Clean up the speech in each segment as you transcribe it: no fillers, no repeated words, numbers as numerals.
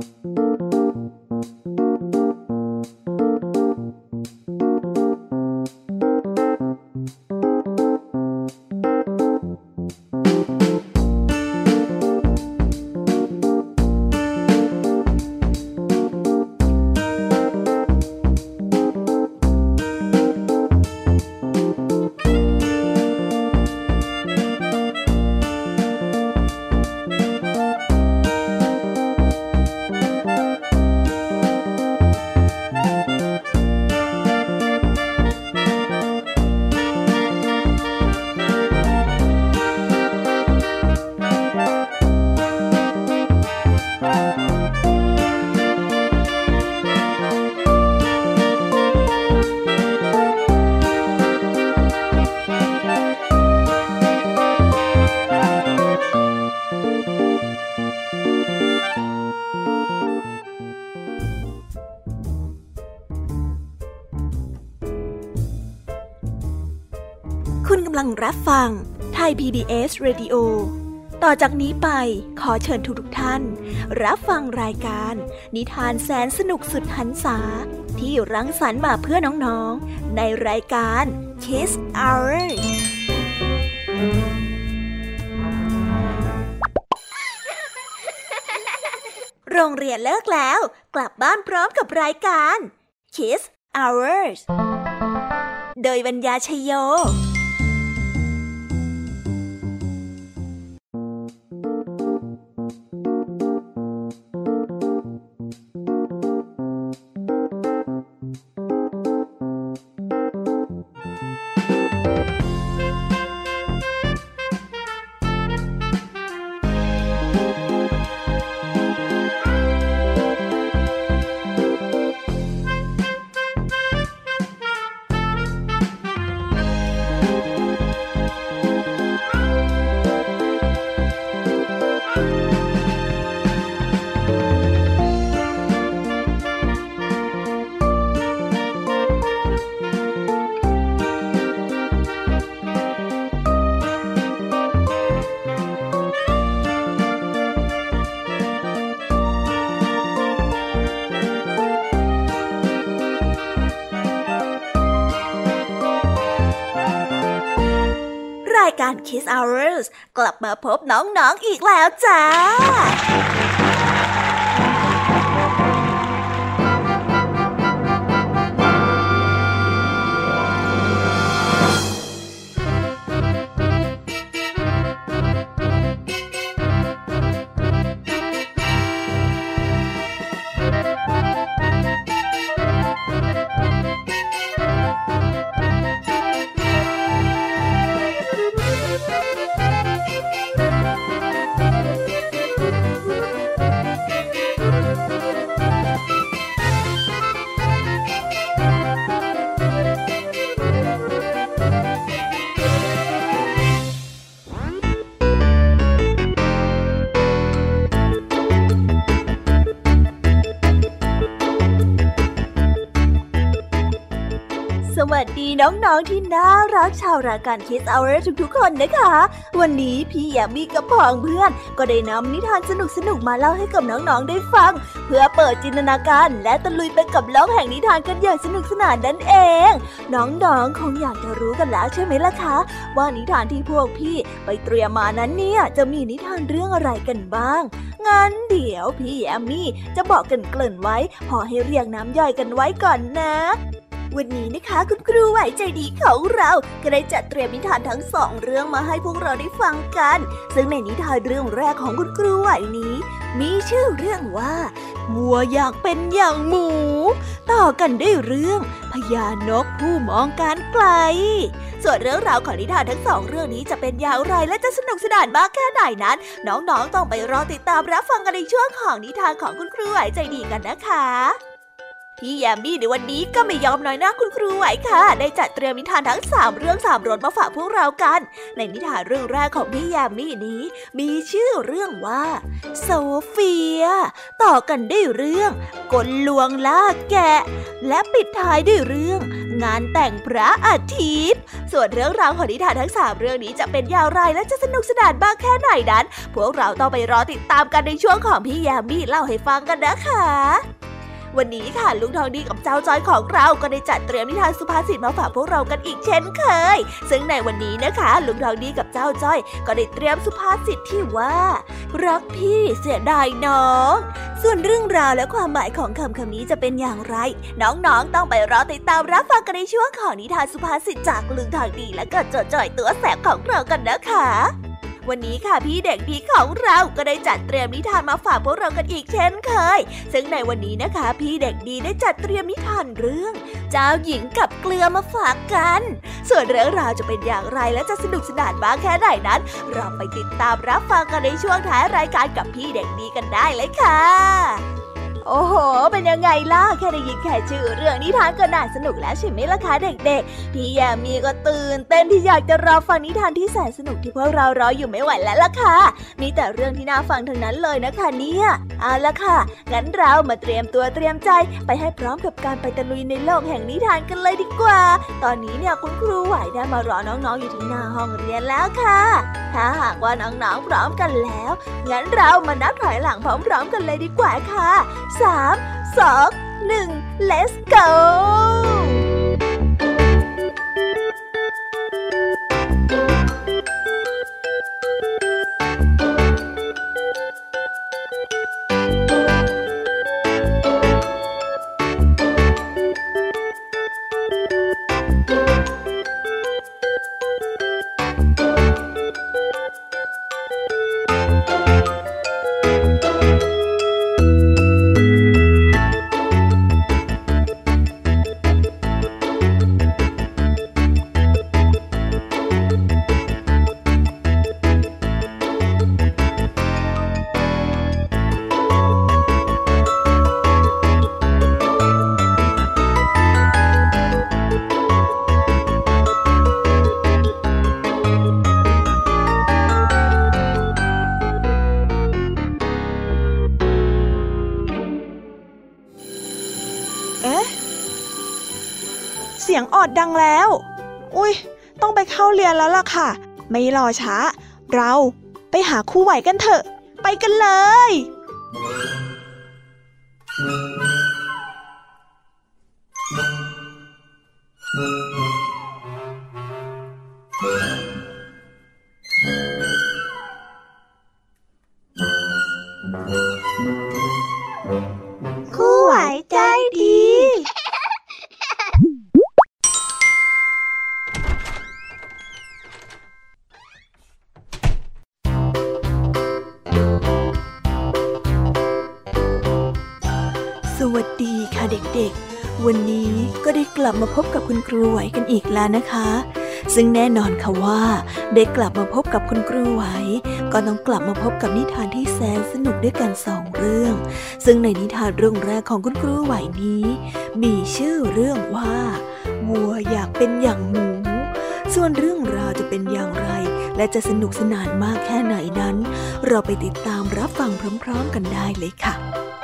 คุณกำลังรับฟังไทย PBS Radio ต่อจากนี้ไปขอเชิญทุกท่านรับฟังรายการนิทานแสนสนุกสุดหรรษาที่รังสรรค์มาเพื่อน้องๆในรายการ Kids Hourโรงเรียนเลิกแล้วกลับบ้านพร้อมกับรายการ Kids Hours โดยบรรยาชัยโยรายการ Kids Hours กลับมาพบน้องๆอีกแล้วจ้าสวัสดีน้องๆที่น่ารักชาวรายการ Kids Hour ทุกๆคนนะคะวันนี้พี่แยมมี่กับพ้องเพื่อนก็ได้นำนิทานสนุกๆมาเล่าให้กับน้องๆได้ฟังเพื่อเปิดจินตนาการและตะลุยไปกับโลกแห่งนิทานกันอย่างสนุกสนานนั่นเองน้องๆคงอยากจะรู้กันแล้วใช่ไหมล่ะคะว่านิทานที่พวกพี่ไปเตรียมมานั้นเนี่ยจะมีนิทานเรื่องอะไรกันบ้างงั้นเดี๋ยวพี่แยมมี่จะบอกกันเกริ่นไว้พอให้เรียงน้ำย่อยกันไว้ก่อนนะวันนี้นะคะคุณครูไหวใจดีของเราก็ได้จัดเตรียมนิทานทั้งสองเรื่องมาให้พวกเราได้ฟังกันซึ่งในนิทานเรื่องแรกของคุณครูไหวนี้มีชื่อเรื่องว่าวัวอยากเป็นอย่างหมูต่อกันด้วยเรื่องพญานกผู้มองการไกลส่วนเรื่องราวของนิทานทั้งสองเรื่องนี้จะเป็นอย่างไรและจะสนุกสนานมากแค่ไหนนั้นน้องๆต้องไปรอติดตามรับฟังกันในช่วงของนิทานของคุณครูไหวใจดีกันนะคะพี่แยมมี่ในวันนี้ก็ไม่ยอมน้อยหน้าคุณครูไหวค่ะได้จัดเตรียมนิทานทั้ง3เรื่อง3รสมาฝากพวกเรากันในนิทานเรื่องแรกของพี่แยมมี่นี้มีชื่อเรื่องว่าโซเฟียต่อกันด้วยเรื่องกลลวงล่าแกะและปิดท้ายด้วยเรื่องงานแต่งพระอาทิตย์ส่วนเรื่องราวของนิทานทั้ง3เรื่องนี้จะเป็นอย่างไรและจะสนุกสนานมากแค่ไหนนั้นพวกเราต้องไปรอติดตามกันในช่วงของพี่ยามีเล่าให้ฟังกันนะคะวันนี้ค่ะลุงทองดีกับเจ้าจ้อยของเราก็ได้จัดเตรียมนิทานสุภาษิตมาฝากพวกเรากันอีกเช่นเคยซึ่งในวันนี้นะคะลุงทองดีกับเจ้าจ้อยก็ได้เตรียมสุภาษิตที่ว่ารักพี่เสียดายน้องส่วนเรื่องราวและความหมายของคำนี้จะเป็นอย่างไรน้องๆต้องไปรอติดตามรับฟังกันในช่วงของนิทานสุภาษิตจากลุงทองดีและก็เจ้าจ้อยตัวแสบของเรากันนะคะวันนี้ค่ะพี่เด็กดีของเราก็ได้จัดเตรียมนิทานมาฝากพวกเรากันอีกเช่นเคยซึ่งในวันนี้นะคะพี่เด็กดีได้จัดเตรียมนิทานเรื่องเจ้าหญิงกับเกลือมาฝากกันส่วนเรื่องราวจะเป็นอย่างไรและจะสนุกสนานมากแค่ไหนนั้นเราไปติดตามรับฟังกันในช่วงท้ายรายการกับพี่เด็กดีกันได้เลยค่ะโอ้โหเป็นยังไงล่ะแค่ได้ยินแค่ชื่อเรื่องนิทานก็น่าสนุกแล้วใช่ไหมล่ะคะเด็กๆพี่ยามีก็ตื่นเต้นที่อยากจะรอฟังนิทานที่แสนสนุกที่พวกเรารออยู่ไม่ไหวแล้วล่ะค่ะมีแต่เรื่องที่น่าฟังทั้งนั้นเลยนะคะเนี่ยเอาล่ะค่ะงั้นเรามาเตรียมตัวเตรียมใจไปให้พร้อมกับการไปตะลุยในโลกแห่งนิทานกันเลยดีกว่าตอนนี้เนี่ยคุณครูไหวได้มารอน้องๆอยู่ที่หน้าห้องเรียนแล้วค่ะถ้าหากว่าน้องๆพร้อมกันแล้วงั้นเรามานับถอยหลังพร้อมๆกันเลยดีกว่าค่ะ3, 2, 1 Let's go เสียงออดดังแล้วอุ๊ยต้องไปเข้าเรียนแล้วล่ะค่ะไม่รอช้าเราไปหาครูไหวกันเถอะไปกันเลยครูไหวใจดีสวัสดีค่ะเด็กๆวันนี้ก็ได้กลับมาพบกับคุณครูไหวกันอีกแล้วนะคะซึ่งแน่นอนค่ะว่าได้กลับมาพบกับคุณครูไหวก็ต้องกลับมาพบกับนิทานที่แสนสนุกด้วยกัน2เรื่องซึ่งในนิทานเรื่องแรกของคุณครูไหวนี้มีชื่อเรื่องว่าวัวอยากเป็นอย่างหมูส่วนเรื่องราวจะเป็นอย่างไรและจะสนุกสนานมากแค่ไหนนั้นเราไปติดตามรับฟังพร้อมๆกันได้เลยค่ะ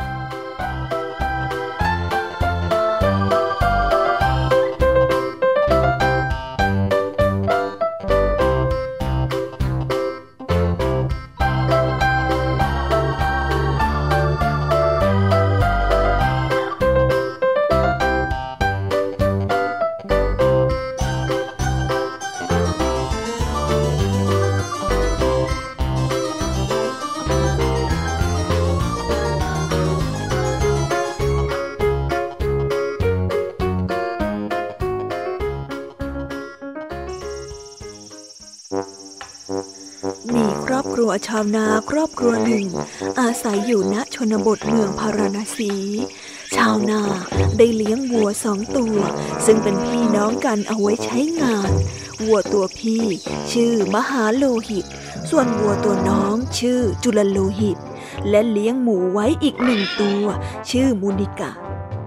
ชาวนาครอบครัวหนึ่งอาศัยอยู่ณชนบทเมืองพาราณสีชาวนาได้เลี้ยงวัว2 ตัวซึ่งเป็นพี่น้องกันเอาไว้ใช้งานวัวตัวพี่ชื่อมหาโลหิตส่วนวัวตัวน้องชื่อจุลโลหิตและเลี้ยงหมูไว้อีก1 ตัวชื่อมูนิกะ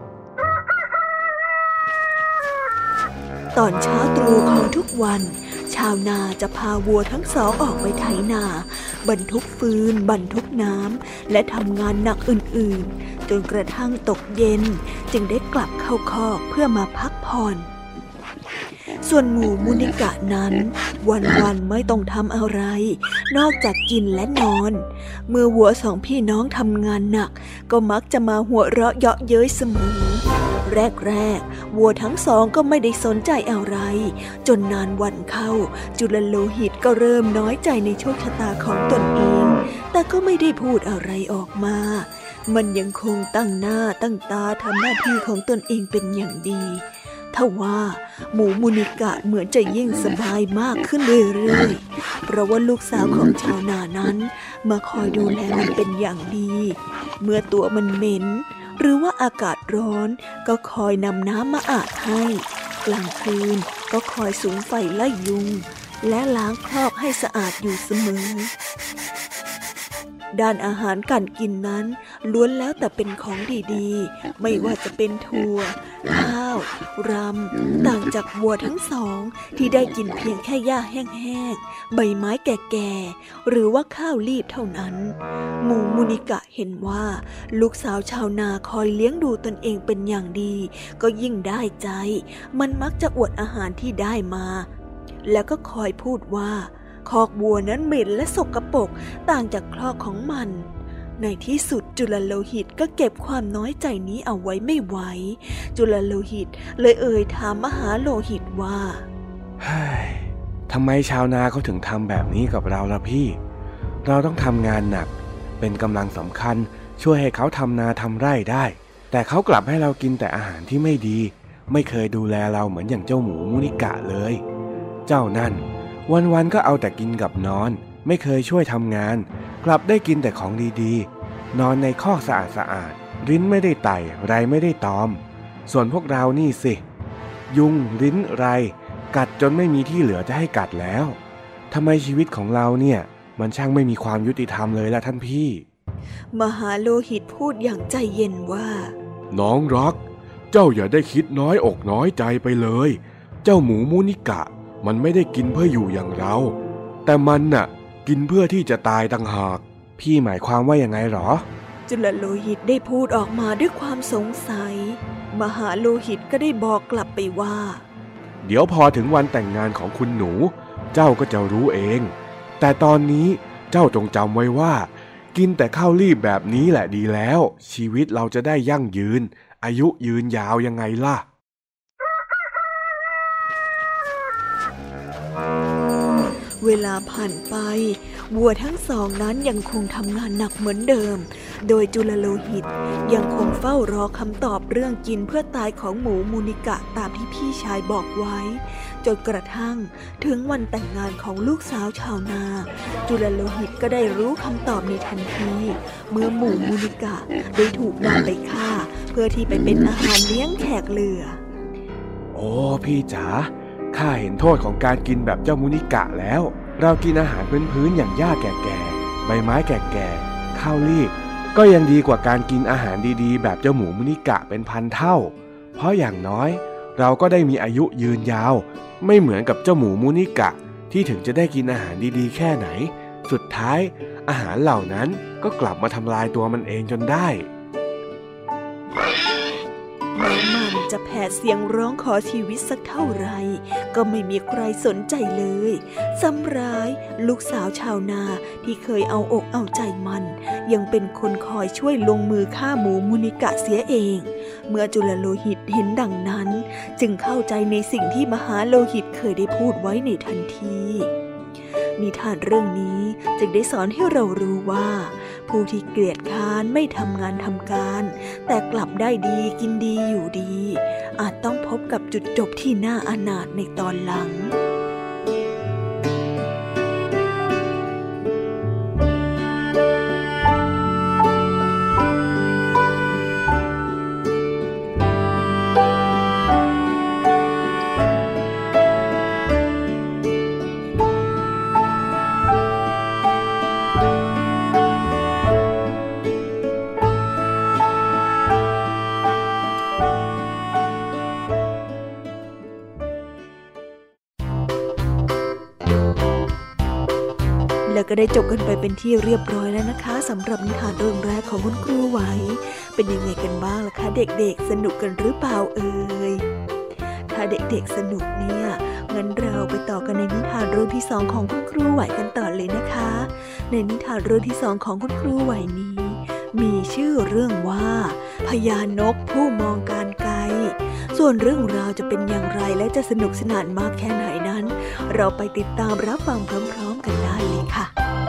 ตอนเช้าตรู่ของทุกวันชาวนาจะพาวัวทั้ง2ออกไปไถนาบรรทุกฟืนบรรทุกน้ำและทำงานหนักอื่นๆจนกระทั่งตกเย็นจึงได้กลับเข้าคอกเพื่อมาพักผ่อนส่วนหมูมูนิกะนั้นวันๆไม่ต้องทำอะไรนอกจากกินและนอนเมื่อวัวสองพี่น้องทำงานหนักก็มักจะมาหัวเราะเยาะเย้ยเสมอแรกวัวทั้งสองก็ไม่ได้สนใจอะไรจนนานวันเข้าจุลโลหิตก็เริ่มน้อยใจในโชคชะตาของตนเองแต่ก็ไม่ได้พูดอะไรออกมามันยังคงตั้งหน้าตั้งตาทำหน้าที่ของตนเองเป็นอย่างดีทว่าหมูมูนิกะเหมือนจะยิ่งสบายมากขึ้นเรื่อยๆเพราะว่าลูกสาวของชาวนานั้นมาคอยดูแลมันเป็นอย่างดีเมื่อตัวมันเหม็นหรือว่าอากาศร้อนก็คอยนำน้ำมาอาบให้กลางคืนก็คอยสุมไฟไล่ยุงและล้างครอกให้สะอาดอยู่เสมอด้านอาหารการกินนั้นล้วนแล้วแต่เป็นของดีๆไม่ว่าจะเป็นถั่วข้าวรำต่างจากวัวทั้งสองที่ได้กินเพียงแค่หญ้าแห้งๆใบไม้แก่ๆหรือว่าข้าวรีบเท่านั้นหมูมูนิกะเห็นว่าลูกสาวชาวนาคอยเลี้ยงดูตนเองเป็นอย่างดีก็ยิ่งได้ใจมันมักจะอวดอาหารที่ได้มาแล้วก็คอยพูดว่าคอกวัวนั้นเหม็นและสกปรกต่างจากคอกของมันในที่สุดจุลโลหิตก็เก็บความน้อยใจนี้เอาไว้ไม่ไหวจุลโลหิตเลยเอ่ยถามมหาโลหิตว่าเฮ้ยทำไมชาวนาเขาถึงทำแบบนี้กับเราล่ะพี่เราต้องทำงานหนักเป็นกำลังสำคัญช่วยให้เขาทำนาทำไร่ได้แต่เขากลับให้เรากินแต่อาหารที่ไม่ดีไม่เคยดูแลเราเหมือนอย่างเจ้าหมูมูนิกะเลยเจ้านั่นวันๆก็เอาแต่กินกับนอนไม่เคยช่วยทำงานกลับได้กินแต่ของดีๆนอนในคอกสะอาดๆริ้นไม่ได้ไต่ไรไม่ได้ตอมส่วนพวกเรานี่สิยุงริ้นไรกัดจนไม่มีที่เหลือจะให้กัดแล้วทำไมชีวิตของเราเนี่ยมันช่างไม่มีความยุติธรรมเลยล่ะท่านพี่มหาโลหิตพูดอย่างใจเย็นว่าน้องรักเจ้าอย่าได้คิดน้อยอกน้อยใจไปเลยเจ้าหมูมูนิกะมันไม่ได้กินเพื่ออยู่อย่างเราแต่มันน่ะกินเพื่อที่จะตายต่างหากพี่หมายความว่ายังไงหรอจุลโลหิตได้พูดออกมาด้วยความสงสัยมหาโลหิตก็ได้บอกกลับไปว่าเดี๋ยวพอถึงวันแต่งงานของคุณหนูเจ้าก็จะรู้เองแต่ตอนนี้เจ้าจงจำไว้ว่ากินแต่ข้าวรีบแบบนี้แหละดีแล้วชีวิตเราจะได้ยั่งยืนอายุยืนยาวยังไงล่ะเวลาผ่านไปวัวทั้งสองนั้นยังคงทำงานหนักเหมือนเดิมโดยจุลโลหิตยังคงเฝ้ารอคำตอบเรื่องกินเพื่อตายของหมูมูนิกะตามที่พี่ชายบอกไว้จนกระทั่งถึงวันแต่งงานของลูกสาวชาวนาจุลโลหิตก็ได้รู้คำตอบในทันทีเมื่อหมูมูนิกะได้ถูกนำไปฆ่าเพื่อที่ไปเป็นอาหารเลี้ยงแขกเรือโอ้พี่จ๋าข้าเห็นโทษของการกินแบบเจ้ามูนิกะแล้วเรากินอาหารพื้นๆอย่างหญ้าแก่ๆใบไม้แก่ๆข้าวรีบก็ยังดีกว่าการกินอาหารดีๆแบบเจ้าหมูมูนิกะเป็นพันเท่าเพราะอย่างน้อยเราก็ได้มีอายุยืนยาวไม่เหมือนกับเจ้าหมูมูนิกะที่ถึงจะได้กินอาหารดีๆแค่ไหนสุดท้ายอาหารเหล่านั้นก็กลับมาทำลายตัวมันเองจนได้แม้มันจะแผดเสียงร้องขอชีวิตสักเท่าไรก็ไม่มีใครสนใจเลยซ้ำร้ายลูกสาวชาวนาที่เคยเอาอกเอาใจมันยังเป็นคนคอยช่วยลงมือฆ่าหมูมูนิกะเสียเองเมื่อจุลโลหิตเห็นดังนั้นจึงเข้าใจในสิ่งที่มหาโลหิตเคยได้พูดไว้ในทันทีนิทานเรื่องนี้จึงได้สอนให้เรารู้ว่าผู้ที่เกลียดค้านไม่ทำงานทำการแต่กลับได้ดีกินดีอยู่ดีอาจต้องพบกับจุดจบที่น่าอนาถในตอนหลัง แล้วก็ได้จบกันไปเป็นที่เรียบร้อยแล้วนะคะสำหรับนิทานเรื่องแรกของคุณครูไหวเป็นยังไงกันบ้างล่ะคะเด็กๆสนุกกันหรือเปล่าเอ่ยถ้าเด็กๆสนุกเนี่ยงั้นเราไปต่อกันในนิทานเรื่องที่2ของคุณครูไหวกันต่อเลยนะคะในนิทานเรื่องที่2ของคุณครูไหวนี้มีชื่อเรื่องว่าพญานกผู้มองการไกลส่วนเรื่องราวจะเป็นอย่างไรและจะสนุกสนานมากแค่ไหนนั้นเราไปติดตามรับฟังพร้อมๆกันได้เลยค่ะ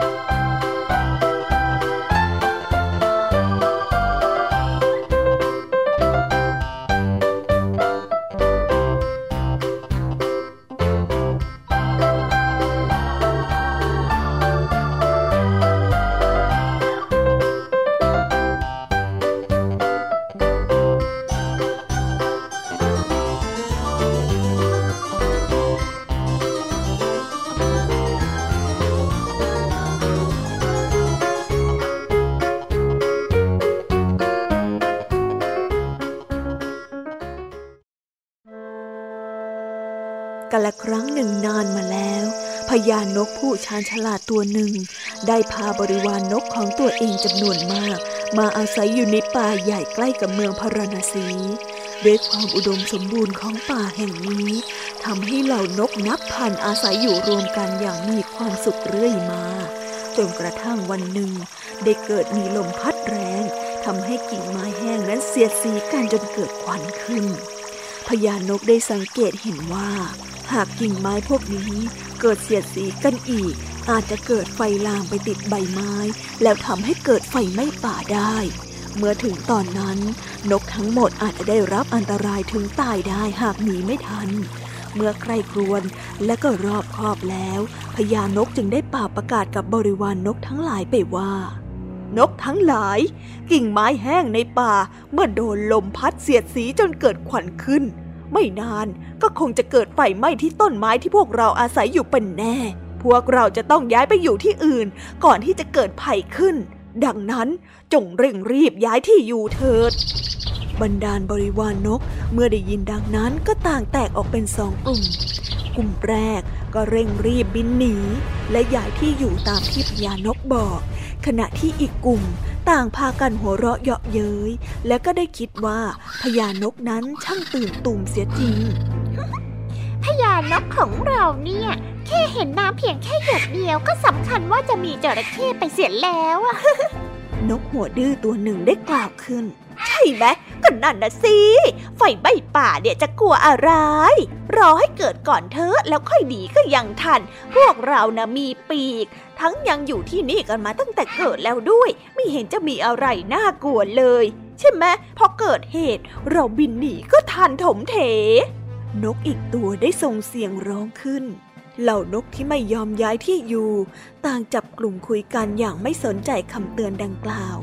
กาลครั้งหนึ่งนานมาแล้วพญานกผู้ชาญฉลาดตัวหนึ่งได้พาบริวารนกของตัวเองจำนวนมากมาอาศัยอยู่ในป่าใหญ่ใกล้กับเมืองพาราณสีด้วยความอุดมสมบูรณ์ของป่าแห่งนี้ทำให้เหล่านกนับพันอาศัยอยู่รวมกันอย่างมีความสุขเรื่อยมาจนกระทั่งวันหนึ่งได้เกิดมีลมพัดแรงทำให้กิ่งไม้แห้งนั้นเสียดสีกันจนเกิดควันขึ้นพญานกได้สังเกตเห็นว่าหากกิ่งไม้พวกนี้เกิดเสียดสีกันอีกอาจจะเกิดไฟลามไปติดใบไม้แล้วทำให้เกิดไฟไหม้ป่าได้เมื่อถึงตอนนั้นนกทั้งหมดอาจจะได้รับอันตรายถึงตายได้หากหนีไม่ทันเมื่อใคร่ครวญและก็รอบคอบแล้วพญานกจึงได้ป่าประกาศกับบริวารนกทั้งหลายไปว่านกทั้งหลายกิ่งไม้แห้งในป่าเมื่อโดนลมพัดเสียดสีจนเกิดควันขึ้นไม่นานก็คงจะเกิดไฟไหม้ที่ต้นไม้ที่พวกเราอาศัยอยู่เป็นแน่พวกเราจะต้องย้ายไปอยู่ที่อื่นก่อนที่จะเกิดภัยขึ้นดังนั้นจงเร่งรีบย้ายที่อยู่เถิดบรรดาบริวารนกเมื่อได้ยินดังนั้นก็ต่างแตกออกเป็น2 กลุ่มแรกก็เร่งรีบบินหนีและย้ายที่อยู่ตามที่พญานกบอกขณะที่อีกกลุ่มต่างพากันหัวเราะเยาะเย้ยและก็ได้คิดว่าพญานกนั้นช่างตื่นตุ่มเสียจริงพญานกของเราเนี่ยแค่เห็นน้ำเพียงแค่หยดเดียวก็สำคัญว่าจะมีจระเข้ไปเสียแล้วอะนกหัวดื้อตัวหนึ่งได้กล่าวขึ้นใช่ไหมก็นั่นนะสิไฟไหม้ป่าเนี่ยจะกลัวอะไรรอให้เกิดก่อนเถอะแล้วค่อยหนีก็ยังทันพวกเรานะมีปีกทั้งยังอยู่ที่นี่กันมาตั้งแต่เกิดแล้วด้วยไม่เห็นจะมีอะไรน่ากลัวเลยใช่ไหมพอเกิดเหตุเราบินหนีก็ทันถมเถนกอีกตัวได้ส่งเสียงร้องขึ้นเหล่านกที่ไม่ยอมย้ายที่อยู่ต่างจับกลุ่มคุยกันอย่างไม่สนใจคำเตือนดังกล่าว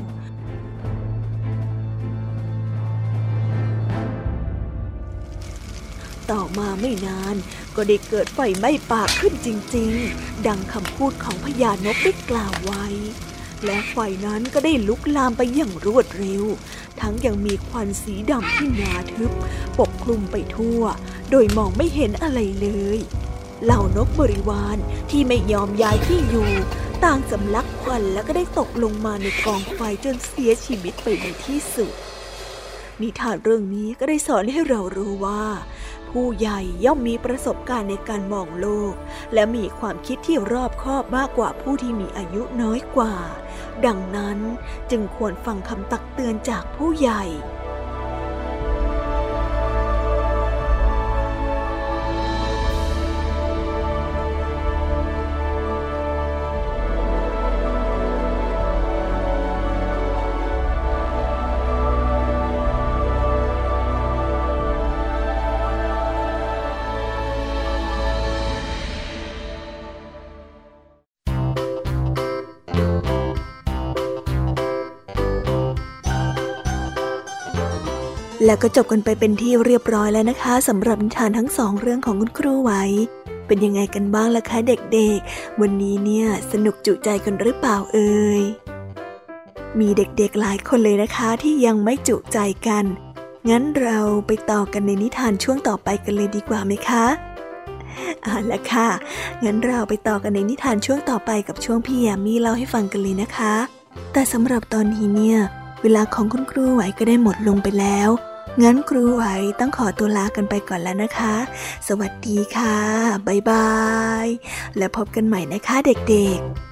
ต่อมาไม่นานก็ได้เกิดไฟไหม้ป่าขึ้นจริงๆดังคำพูดของพญานกได้กล่าวไว้และไฟนั้นก็ได้ลุกลามไปอย่างรวดเร็วทั้งยังมีควันสีดำที่หนาทึบปกคลุมไปทั่วโดยมองไม่เห็นอะไรเลยเหล่านกบริวารที่ไม่ยอมย้ายที่อยู่ต่างสำลักควันแล้วก็ได้ตกลงมาในกองไฟจนเสียชีวิตไปในที่สุดนิทานเรื่องนี้ก็ได้สอนให้เรารู้ว่าผู้ใหญ่ย่อมมีประสบการณ์ในการมองโลกและมีความคิดที่รอบคอบมากกว่าผู้ที่มีอายุน้อยกว่าดังนั้นจึงควรฟังคำตักเตือนจากผู้ใหญ่แล้วก็จบกันไปเป็นที่เรียบร้อยแล้วนะคะสำหรับนิทานทั้ง2 เรื่องของคุณครูไหวเป็นยังไงกันบ้างล่ะคะเด็กๆวันนี้เนี่ยสนุกจุใจกันหรือเปล่าเอ่ยมีเด็กๆหลายคนเลยนะคะที่ยังไม่จุใจกันงั้นเราไปต่อกันในนิทานช่วงต่อไปกันเลยดีกว่าไหมคะเอาล่ะค่ะงั้นเราไปต่อกันในนิทานช่วงต่อไปกับช่วงพี่แยมมี่เล่าให้ฟังกันเลยนะคะแต่สำหรับตอนนี้เนี่ยเวลาของคุณครูไหวก็ได้หมดลงไปแล้วงั้นครูไหวต้องขอตัวลากันไปก่อนแล้วนะคะ สวัสดีค่ะบ๊ายบายแล้วพบกันใหม่นะคะเด็กๆ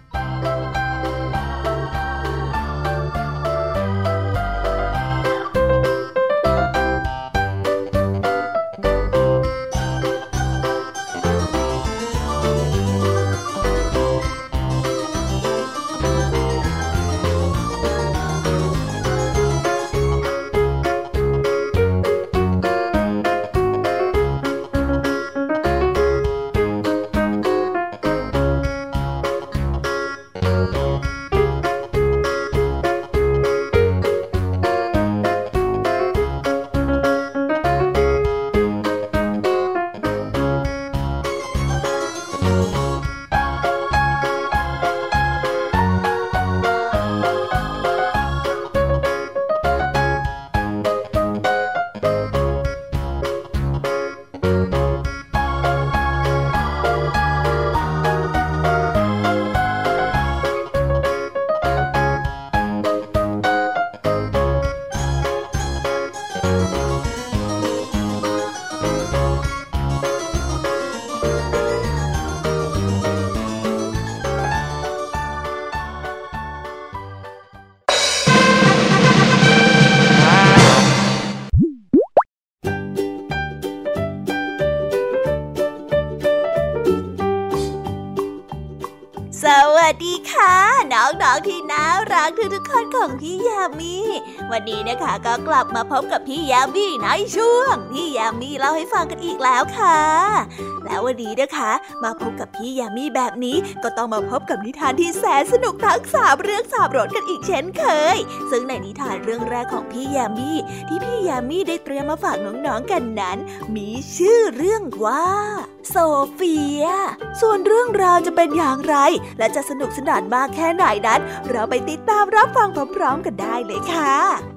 สวัสดีค่ะน้องๆที่น่ารักทุกๆคนของพี่ยามีวันนี้นะคะก็กลับมาพบกับพี่ยามีในช่วงพี่ยามีเล่าให้ฟังกันอีกแล้วค่ะแล้ววันนี้นะคะมาพบกับพี่ยามีแบบนี้ก็ต้องมาพบกับนิทานที่แสนสนุกทั้ง3เรื่อง3รสกันอีกเช่นเคยซึ่งในนิทานเรื่องแรกของพี่ยามีที่พี่ยามีได้เตรียมมาฝากน้องๆกันนั้นมีชื่อเรื่องว่าโซเฟียส่วนเรื่องราวจะเป็นอย่างไรและจะสนุกสนานมากแค่ไหนนั้นเราไปติดตามรับฟังพร้อมๆกันได้เลยค่ะ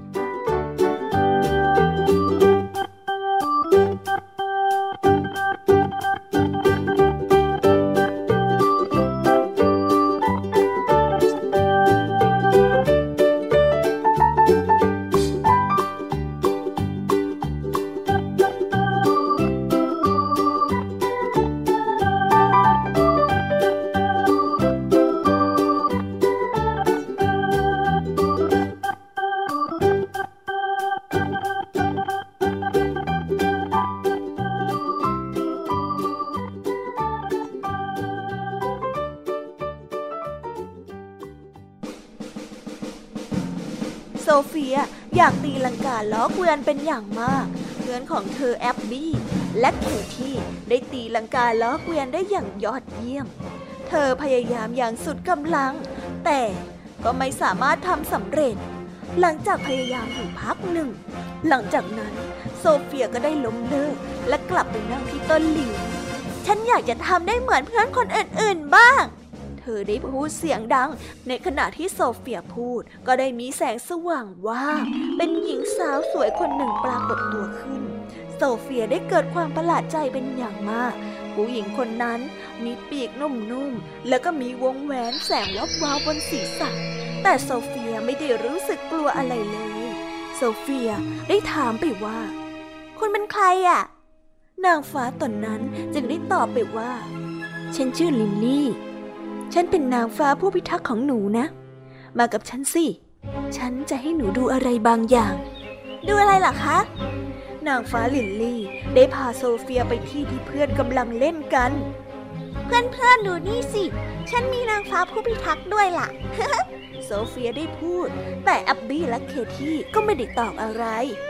โซเฟียอยากตีลังกาล้อเกวียนเป็นอย่างมากเพื่อนของเธอแอบบี้และเคที่ได้ตีลังกาล้อเกวียนได้อย่างยอดเยี่ยมเธอพยายามอย่างสุดกำลังแต่ก็ไม่สามารถทำสำเร็จหลังจากพยายามอยู่พักหนึ่งหลังจากนั้นโซเฟียก็ได้ล้มเลิกและกลับไปนั่งที่ต้นหลิวฉันอยากจะทำได้เหมือนเพื่อนคนอื่นๆบ้างเธอได้พูดเสียงดังในขณะที่โซเฟียพูดก็ได้มีแสงสว่างว่าเป็นหญิงสาวสวยคนหนึ่งปรากฏตัวขึ้นโซเฟียได้เกิดความประหลาดใจเป็นอย่างมากผู้หญิงคนนั้นมีปีกนุ่มๆแล้วก็มีวงแหวนแสงวับวาวบนศีรษะแต่โซเฟียไม่ได้รู้สึกกลัวอะไรเลยโซเฟียได้ถามไปว่าคุณเป็นใครอ่ะนางฟ้าตนนั้นจึงได้ตอบไปว่าฉันชื่อลิลลี่ฉันเป็นนางฟ้าผู้พิทักษ์ของหนูนะมากับฉันสิฉันจะให้หนูดูอะไรบางอย่างดูอะไรล่ะคะนางฟ้าลิลลี่ได้พาโซเฟียไปที่เพื่อนกำลังเล่นกันเพื่อนๆดูนี่สิฉันมีนางฟ้าผู้พิทักษ์ด้วยล่ะ โซเฟียได้พูดแต่แอบบี้และเคที่ก็ไม่ได้ตอบอะไร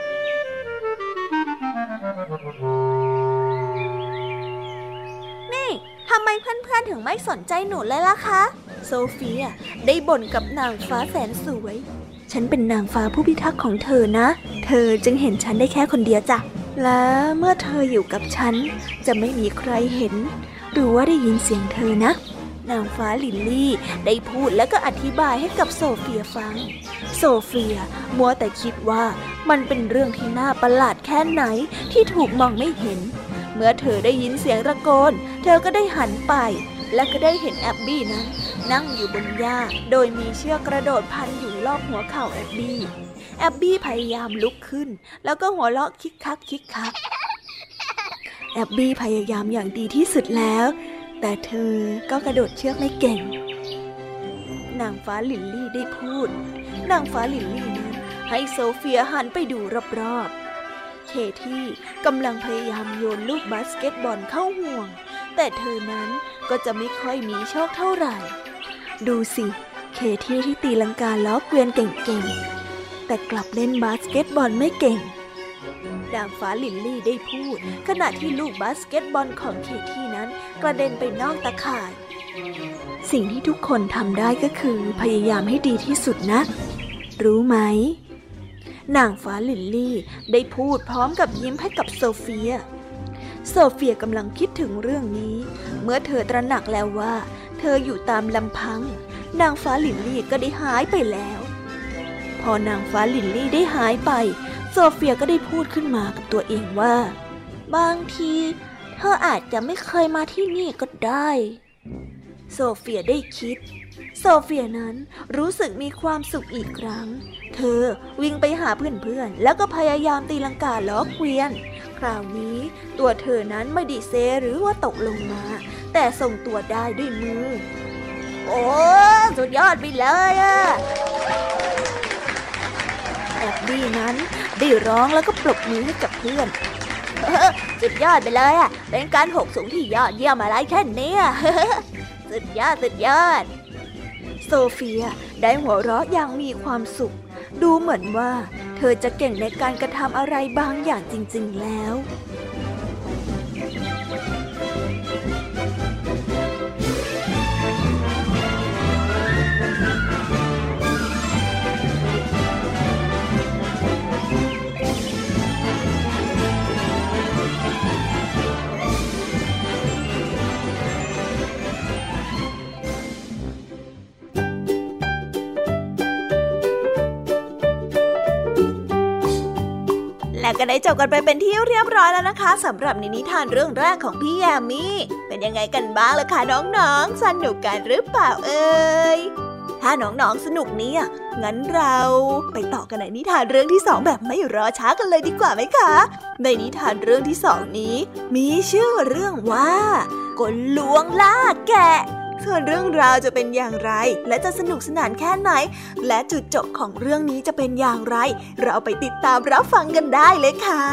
นี่ทำไมเพื่อนๆถึงไม่สนใจหนูเลยล่ะคะโซเฟียได้บ่นกับนางฟ้าแสนสวยฉันเป็นนางฟ้าผู้พิทักษ์ของเธอนะเธอจึงเห็นฉันได้แค่คนเดียวจ้ะและเมื่อเธออยู่กับฉันจะไม่มีใครเห็นหรือว่าได้ยินเสียงเธอนะนางฟ้าลิลลี่ได้พูดแล้วก็อธิบายให้กับโซเฟียฟังโซเฟียมัวแต่คิดว่ามันเป็นเรื่องที่น่าประหลาดแค่ไหนที่ถูกมองไม่เห็นเมื่อเธอได้ยินเสียงตะโกนเธอก็ได้หันไปและก็ได้เห็นแอบบี้นั้นนั่งอยู่บนหญ้าโดยมีเชือกกระโดดพันอยู่รอบหัวเข่าแอบบี้แอบบี้พยายามลุกขึ้นแล้วก็หัวเราะคิกคักคิกคักแอบบี้พยายามอย่างดีที่สุดแล้วแต่เธอก็กระโดดเชือกไม่เก่งนางฟ้าลิลลี่ได้พูดนางฟ้าลิลลี่นั้นให้โซเฟียหันไปดูรอบๆเคที่กำลังพยายามโยนลูกบาสเกตบอลเข้าห่วงแต่เธอนั้นก็จะไม่ค่อยมีโชคเท่าไหร่ดูสิเคที่ที่ตีลังกาล้อเกวียนเก่งๆแต่กลับเล่นบาสเกตบอลไม่เก่งนางฟ้าลิลลี่ได้พูดขณะที่ลูกบาสเกตบอลของเคที่นั้นกระเด็นไปนอกตะข่ายสิ่งที่ทุกคนทำได้ก็คือพยายามให้ดีที่สุดนะรู้ไหมนางฟ้าลิลลี่ได้พูดพร้อมกับยิ้มให้กับโซเฟียกำลังคิดถึงเรื่องนี้เมื่อเธอตระหนักแล้วว่าเธออยู่ตามลำพังนางฟ้าลิลลี่ก็ได้หายไปแล้วพอนางฟ้าลิลลี่ได้หายไปโซเฟียก็ได้พูดขึ้นมากับตัวเองว่าบางทีเธออาจจะไม่เคยมาที่นี่ก็ได้โซเฟียได้คิดโซเฟียนั้นรู้สึกมีความสุขอีกครั้งเธอวิ่งไปหาเพื่อนๆแล้วก็พยายามตีลังกาล้อเกวียนคราวนี้ตัวเธอนั้นไม่ได้เซหรือว่าตกลงมาแต่ทรงตัวได้ด้วยมือโอ้สุดยอดไปเลยอะแอบบี้นั้นได้ร้องแล้วก็ปรบมือให้กับเพื่อนสุดยอดไปเลยอะเป็นการหกสูงที่ยอดเยี่ยมอะไรแค่นี้สุดยอดโซเฟียได้หัวเราะอย่างมีความสุขดูเหมือนว่าเธอจะเก่งในการกระทำอะไรบางอย่างจริงๆแล้ว ก็ได้จบกันไปเป็นที่เรียบร้อยแล้วนะคะสำหรับนิทานเรื่องแรกของพี่แยมมี่เป็นยังไงกันบ้างล่ะคะน้องๆสนุกกันหรือเปล่าเอ่ยถ้าน้องๆสนุกเนี่ยงั้นเราไปต่อกันในนิทานเรื่องที่2แบบไม่รอช้ากันเลยดีกว่าไหมคะในนิทานเรื่องที่2นี้มีชื่อเรื่องว่ากลลวงล่าแกะส่วนเรื่องราวจะเป็นอย่างไรและจะสนุกสนานแค่ไหนและจุดจบของเรื่องนี้จะเป็นอย่างไรเราไปติดตามรับฟังกันได้เลยค่ะ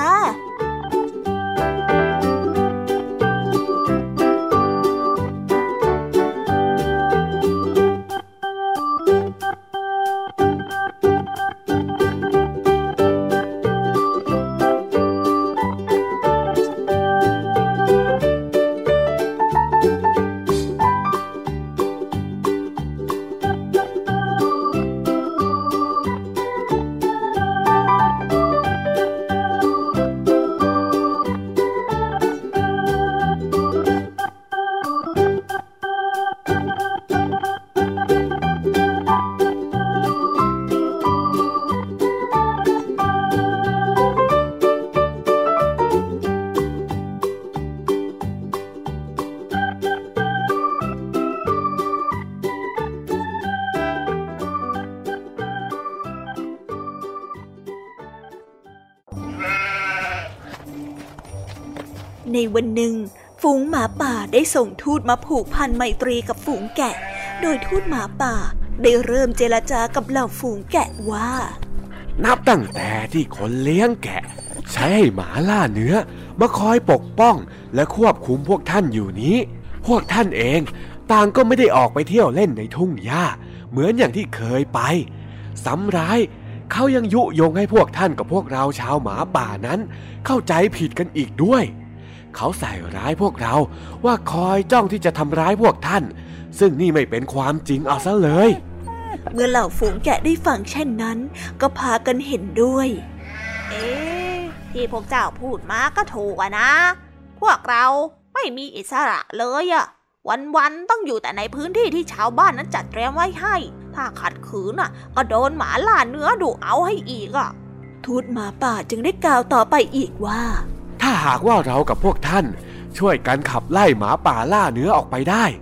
ในวันหนึ่งฝูงหมาป่าได้ส่งทูตมาผูกพันไมตรีกับฝูงแกะโดยทูตหมาป่าได้เริ่มเจรจากับเหล่าฝูงแกะว่านับตั้งแต่ที่คนเลี้ยงแกะใช้ให้หมาล่าเนื้อมาคอยปกป้องและควบคุมพวกท่านอยู่นี้พวกท่านเองต่างก็ไม่ได้ออกไปเที่ยวเล่นในทุ่งหญ้าเหมือนอย่างที่เคยไปซ้ำร้ายเขายังยุยงให้พวกท่านกับพวกเราชาวหมาป่านั้นเข้าใจผิดกันอีกด้วยเขาใส่ร้ายพวกเราว่าคอยจ้องที่จะทำร้ายพวกท่านซึ่งนี่ไม่เป็นความจริงเอาซะเลยเมื่อเหล่าฝูงแกะได้ฟังเช่นนั้นก็พากันเห็นด้วยที่พวกเจ้าพูดมาก็ถูกนะพวกเราไม่มีอิสระเลยวันๆต้องอยู่แต่ในพื้นที่ที่ชาวบ้านนั้นจัดเตรียมไว้ให้ถ้าขัดขืนก็โดนหมาล่าเนื้อดุเอาให้อีกทูตหมาป่าจึงได้กล่าวต่อไปอีกว่าถ้าหากว่าเรากับพวกท่านช่วยกันขับไล่หมาป่าล่าเนื้อออกไปได้พ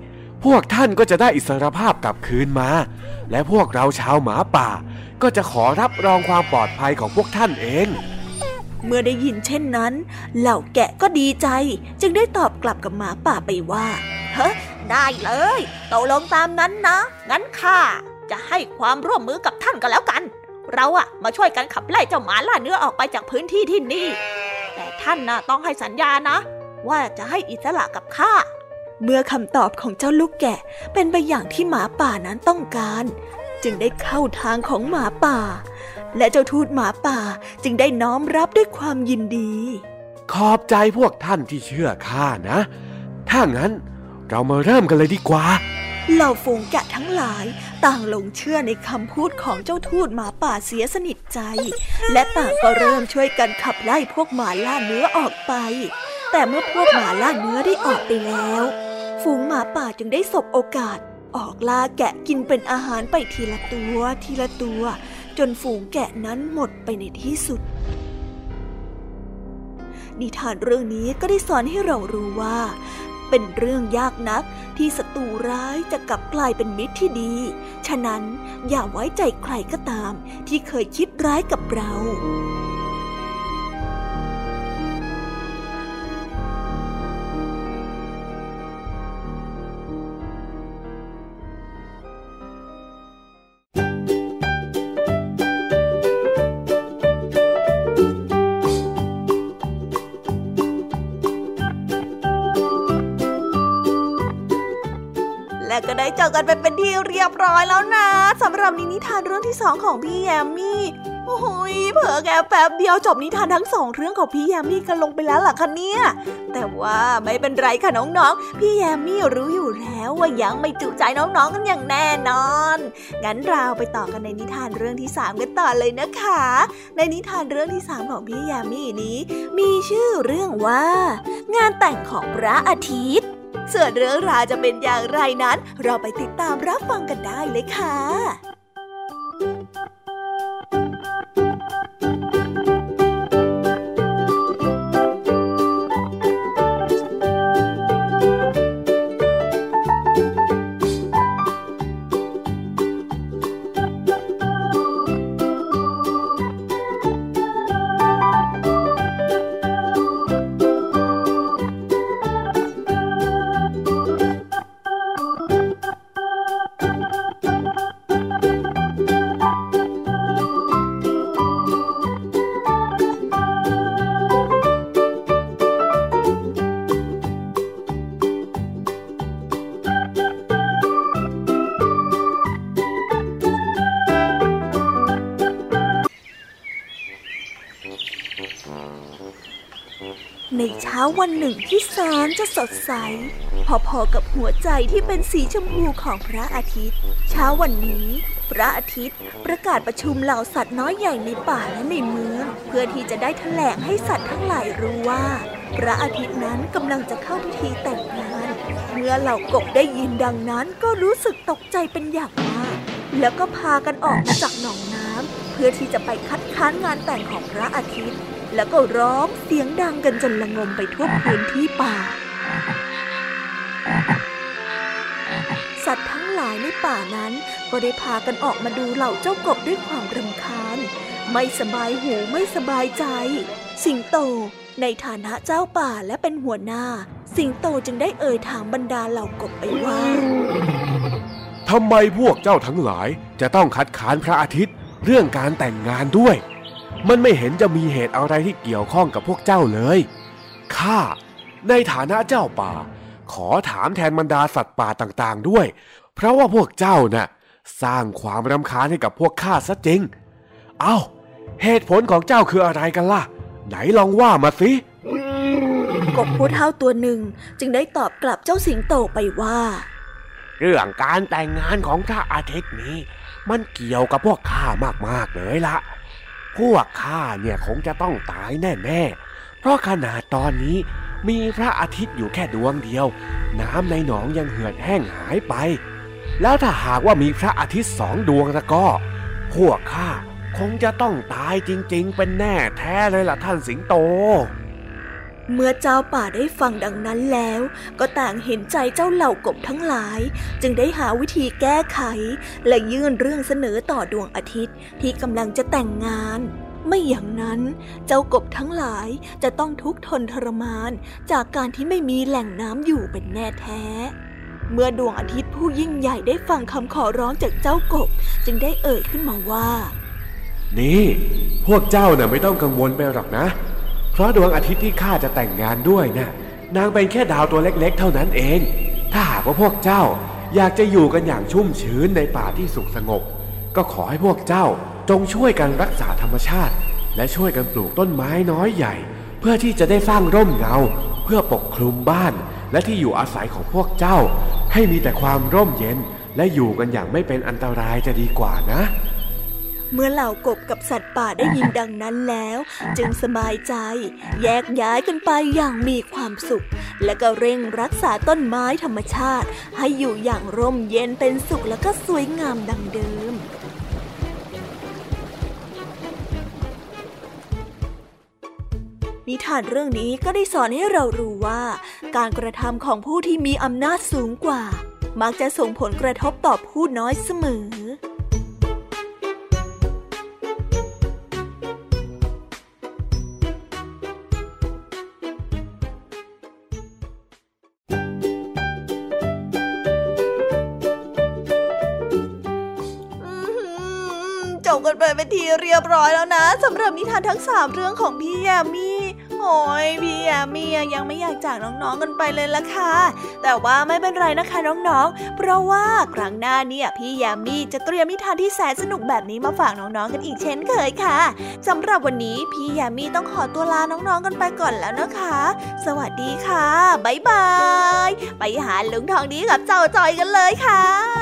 พวกท่านก็จะได้อิสรภาพกลับคืนมาและพวกเราชาวหมาป่าก็จะขอรับรองความปลอดภัยของพวกท่านเองเมื่อได้ยินเช่นนั้นเหล่าแกะก็ดีใจจึงได้ตอบกลับกับหมาป่าไปว่าเฮ้ได้เลยตกลงตามนั้นนะงั้นข้าจะให้ความร่วมมือกับท่านก็แล้วกันเรามาช่วยกันขับไล่เจ้าหมาล่าเนื้อออกไปจากพื้นที่ที่นี่แต่ท่านต้องให้สัญญานะว่าจะให้อิสระกับข้าเมื่อคำตอบของเจ้าลูกแกะเป็นไปอย่างที่หมาป่านั้นต้องการจึงได้เข้าทางของหมาป่าและเจ้าทูตหมาป่าจึงได้น้อมรับด้วยความยินดีขอบใจพวกท่านที่เชื่อข้านะถ้างั้นเรามาเริ่มกันเลยดีกว่าเหล่าฝูงแกะทั้งหลายต่างหลงเชื่อในคำพูดของเจ้าทูตหมาป่าเสียสนิทใจและต่างก็เริ่มช่วยกันขับไล่พวกหมาล่าเนื้อออกไปแต่เมื่อพวกหมาล่าเนื้อได้ออกไปแล้วฝูงหมาป่าจึงได้สบโอกาสออกล่าแกะกินเป็นอาหารไปทีละตัวทีละตัวจนฝูงแกะนั้นหมดไปในที่สุดนิทานเรื่องนี้ก็ได้สอนให้เรารู้ว่าเป็นเรื่องยากนักที่ศัตรูร้ายจะกลับกลายเป็นมิตรที่ดีฉะนั้นอย่าไว้ใจใครก็ตามที่เคยคิดร้ายกับเราก็ได้เจอกันไปเป็นที่เรียบร้อยแล้วนะสำหรับนิทานเรื่องที่2ของพี่แยมมี่โอ้ยเผลอแค่แป๊บเดียวจบนิทานทั้ง2เรื่องของพี่แยมมี่กันลงไปแล้วล่ะคะเนี่ยแต่ว่าไม่เป็นไรค่ะน้องๆพี่แยมมี่รู้อยู่แล้วว่ายังไม่จุใจน้องๆกันอย่างแน่นอนงั้นเราไปต่อกันในนิทานเรื่องที่3กันต่อเลยนะคะในนิทานเรื่องที่3ของพี่แยมมี่นี้มีชื่อเรื่องว่างานแต่งของพระอาทิตย์ส่วนเรื่องราวจะเป็นอย่างไรนั้นเราไปติดตามรับฟังกันได้เลยค่ะ ในเช้าวันหนึ่งที่แสนจะสดใสพอๆกับหัวใจที่เป็นสีชมพูของพระอาทิตย์เช้าวันนี้พระอาทิตย์ประกาศประชุมเหล่าสัตว์น้อยใหญ่ในป่าและในเมืองเพื่อที่จะได้แถลงให้สัตว์ทั้งหลายรู้ว่าพระอาทิตย์นั้นกำลังจะเข้าพิธีแต่งงานเมื่อเหล่ากบได้ยินดังนั้นก็รู้สึกตกใจเป็นอย่างมากแล้วก็พากันออกมาจากหนองน้ำเพื่อที่จะไปคัดค้านงานแต่งของพระอาทิตย์แล้วก็ร้องเสียงดังกันจนระงมไปทั่วพื้นที่ป่าสัตว์ทั้งหลายในป่านั้นก็ได้พากันออกมาดูเหล่าเจ้ากบด้วยความรำคาญไม่สบายหูไม่สบายใจสิงโตในฐานะเจ้าป่าและเป็นหัวหน้าสิงโตจึงได้เอ่ยถามบรรดาเหล่ากบไปว่าทำไมพวกเจ้าทั้งหลายจะต้องคัดค้านพระอาทิตย์เรื่องการแต่งงานด้วยมันไม่เห็นจะมีเหตุอะไรที่เกี่ยวข้องกับพวกเจ้าเลยข้าในฐานะเจ้าป่าขอถามแทนบรรดาสัตว์ป่าต่างๆด้วยเพราะว่าพวกเจ้าน่ะสร้างความรำคาญให้กับพวกข้าซะจริงเอ้าเหตุผลของเจ้าคืออะไรกันล่ะไหนลองว่ามาสิกบผู้เฒ่าตัวหนึ่งจึงได้ตอบกลับเจ้าสิงโตไปว่าเรื่องการแต่งงานของพระอาทิตย์นี้มันเกี่ยวกับพวกข้ามากๆเลยละพวกข้าเนี่ยคงจะต้องตายแน่ๆเพราะขนาดตอนนี้มีพระอาทิตย์อยู่แค่ดวงเดียวน้ำในหนองยังเหือดแห้งหายไปแล้วถ้าหากว่ามีพระอาทิตย์2 ดวงแล้วก็พวกข้าคงจะต้องตายจริงๆเป็นแน่แท้เลยล่ะท่านสิงโตเมื่อเจ้าป่าได้ฟังดังนั้นแล้วก็ต่างเห็นใจเจ้าเหล่ากบทั้งหลายจึงได้หาวิธีแก้ไขและยื่นเรื่องเสนอต่อดวงอาทิตย์ที่กำลังจะแต่งงานไม่อย่างนั้นเจ้ากบทั้งหลายจะต้องทุกข์ทนทรมานจากการที่ไม่มีแหล่งน้ำอยู่เป็นแน่แท้เมื่อดวงอาทิตย์ผู้ยิ่งใหญ่ได้ฟังคำขอร้องจากเจ้ากบจึงได้เอ่ยขึ้นมาว่านี่พวกเจ้าน่ะไม่ต้องกังวลไปหรอกนะเพราะดวงอาทิตย์ที่ข้าจะแต่งงานด้วยน่ะนางเป็นแค่ดาวตัวเล็กๆเท่านั้นเองถ้าหากว่าพวกเจ้าอยากจะอยู่กันอย่างชุ่มชื้นในป่าที่สุขสงบก็ขอให้พวกเจ้าจงช่วยกันรักษาธรรมชาติและช่วยกันปลูกต้นไม้น้อยใหญ่เพื่อที่จะได้สร้างร่มเงาเพื่อปกคลุมบ้านและที่อยู่อาศัยของพวกเจ้าให้มีแต่ความร่มเย็นและอยู่กันอย่างไม่เป็นอันตรายจะดีกว่านะเมื่อเหล่ากบกับสัตว์ป่าได้ยินดังนั้นแล้วจึงสบายใจแยกย้ายกันไปอย่างมีความสุขและก็เร่งรักษาต้นไม้ธรรมชาติให้อยู่อย่างร่มเย็นเป็นสุขและก็สวยงามดังเดิมนิทานเรื่องนี้ก็ได้สอนให้เรารู้ว่าการกระทำของผู้ที่มีอำนาจสูงกว่ามักจะส่งผลกระทบต่อผู้น้อยเสมอกันไปเป็นทีเรียบร้อยแล้วนะสำหรับนิทานทั้ง3เรื่องของพี่ยามีโอ้ยพี่ยามียังไม่อยากจากน้องๆกันไปเลยล่ะค่ะแต่ว่าไม่เป็นไรนะคะน้องๆเพราะว่าครั้งหน้าเนี่ยพี่ยามีจะเตรียมนิทานที่แสนสนุกแบบนี้มาฝากน้องๆกันอีกเช่นเคยค่ะสำหรับวันนี้พี่ยามีต้องขอตัวลาน้องๆกันไปก่อนแล้วนะคะสวัสดีค่ะบ๊ายบายไปหาลุงทองดีกับเจ้าจอยกันเลยค่ะ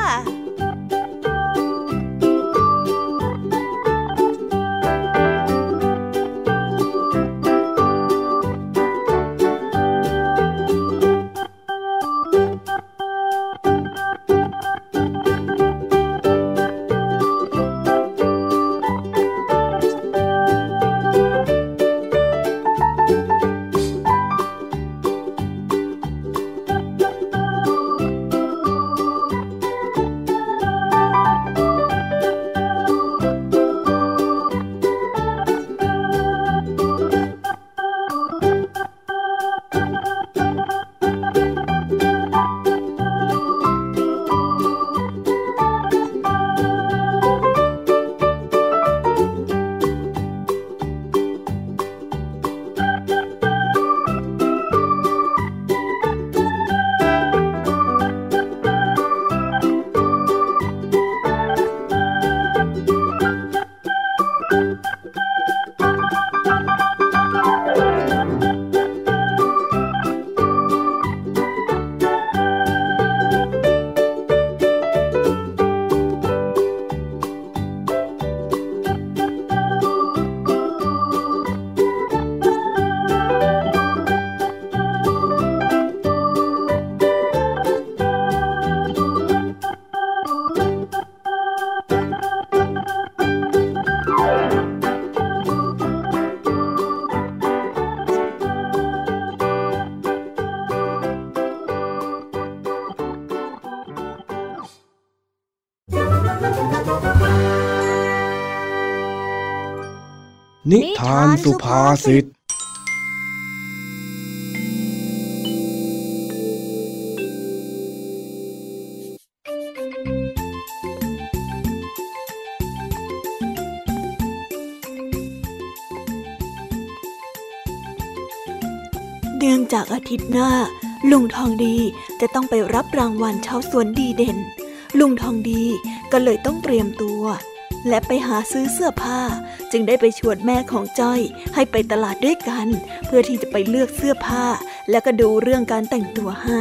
นิทานสุภาษิตเนื่องจากอาทิตย์หน้าลุงทองดีจะต้องไปรับรางวัลชาวสวนดีเด่นลุงทองดีก็เลยต้องเตรียมตัวและไปหาซื้อเสื้อผ้าจึงได้ไปชวนแม่ของจ้อยให้ไปตลาดด้วยกันเพื่อที่จะไปเลือกเสื้อผ้าแล้วก็ดูเรื่องการแต่งตัวให้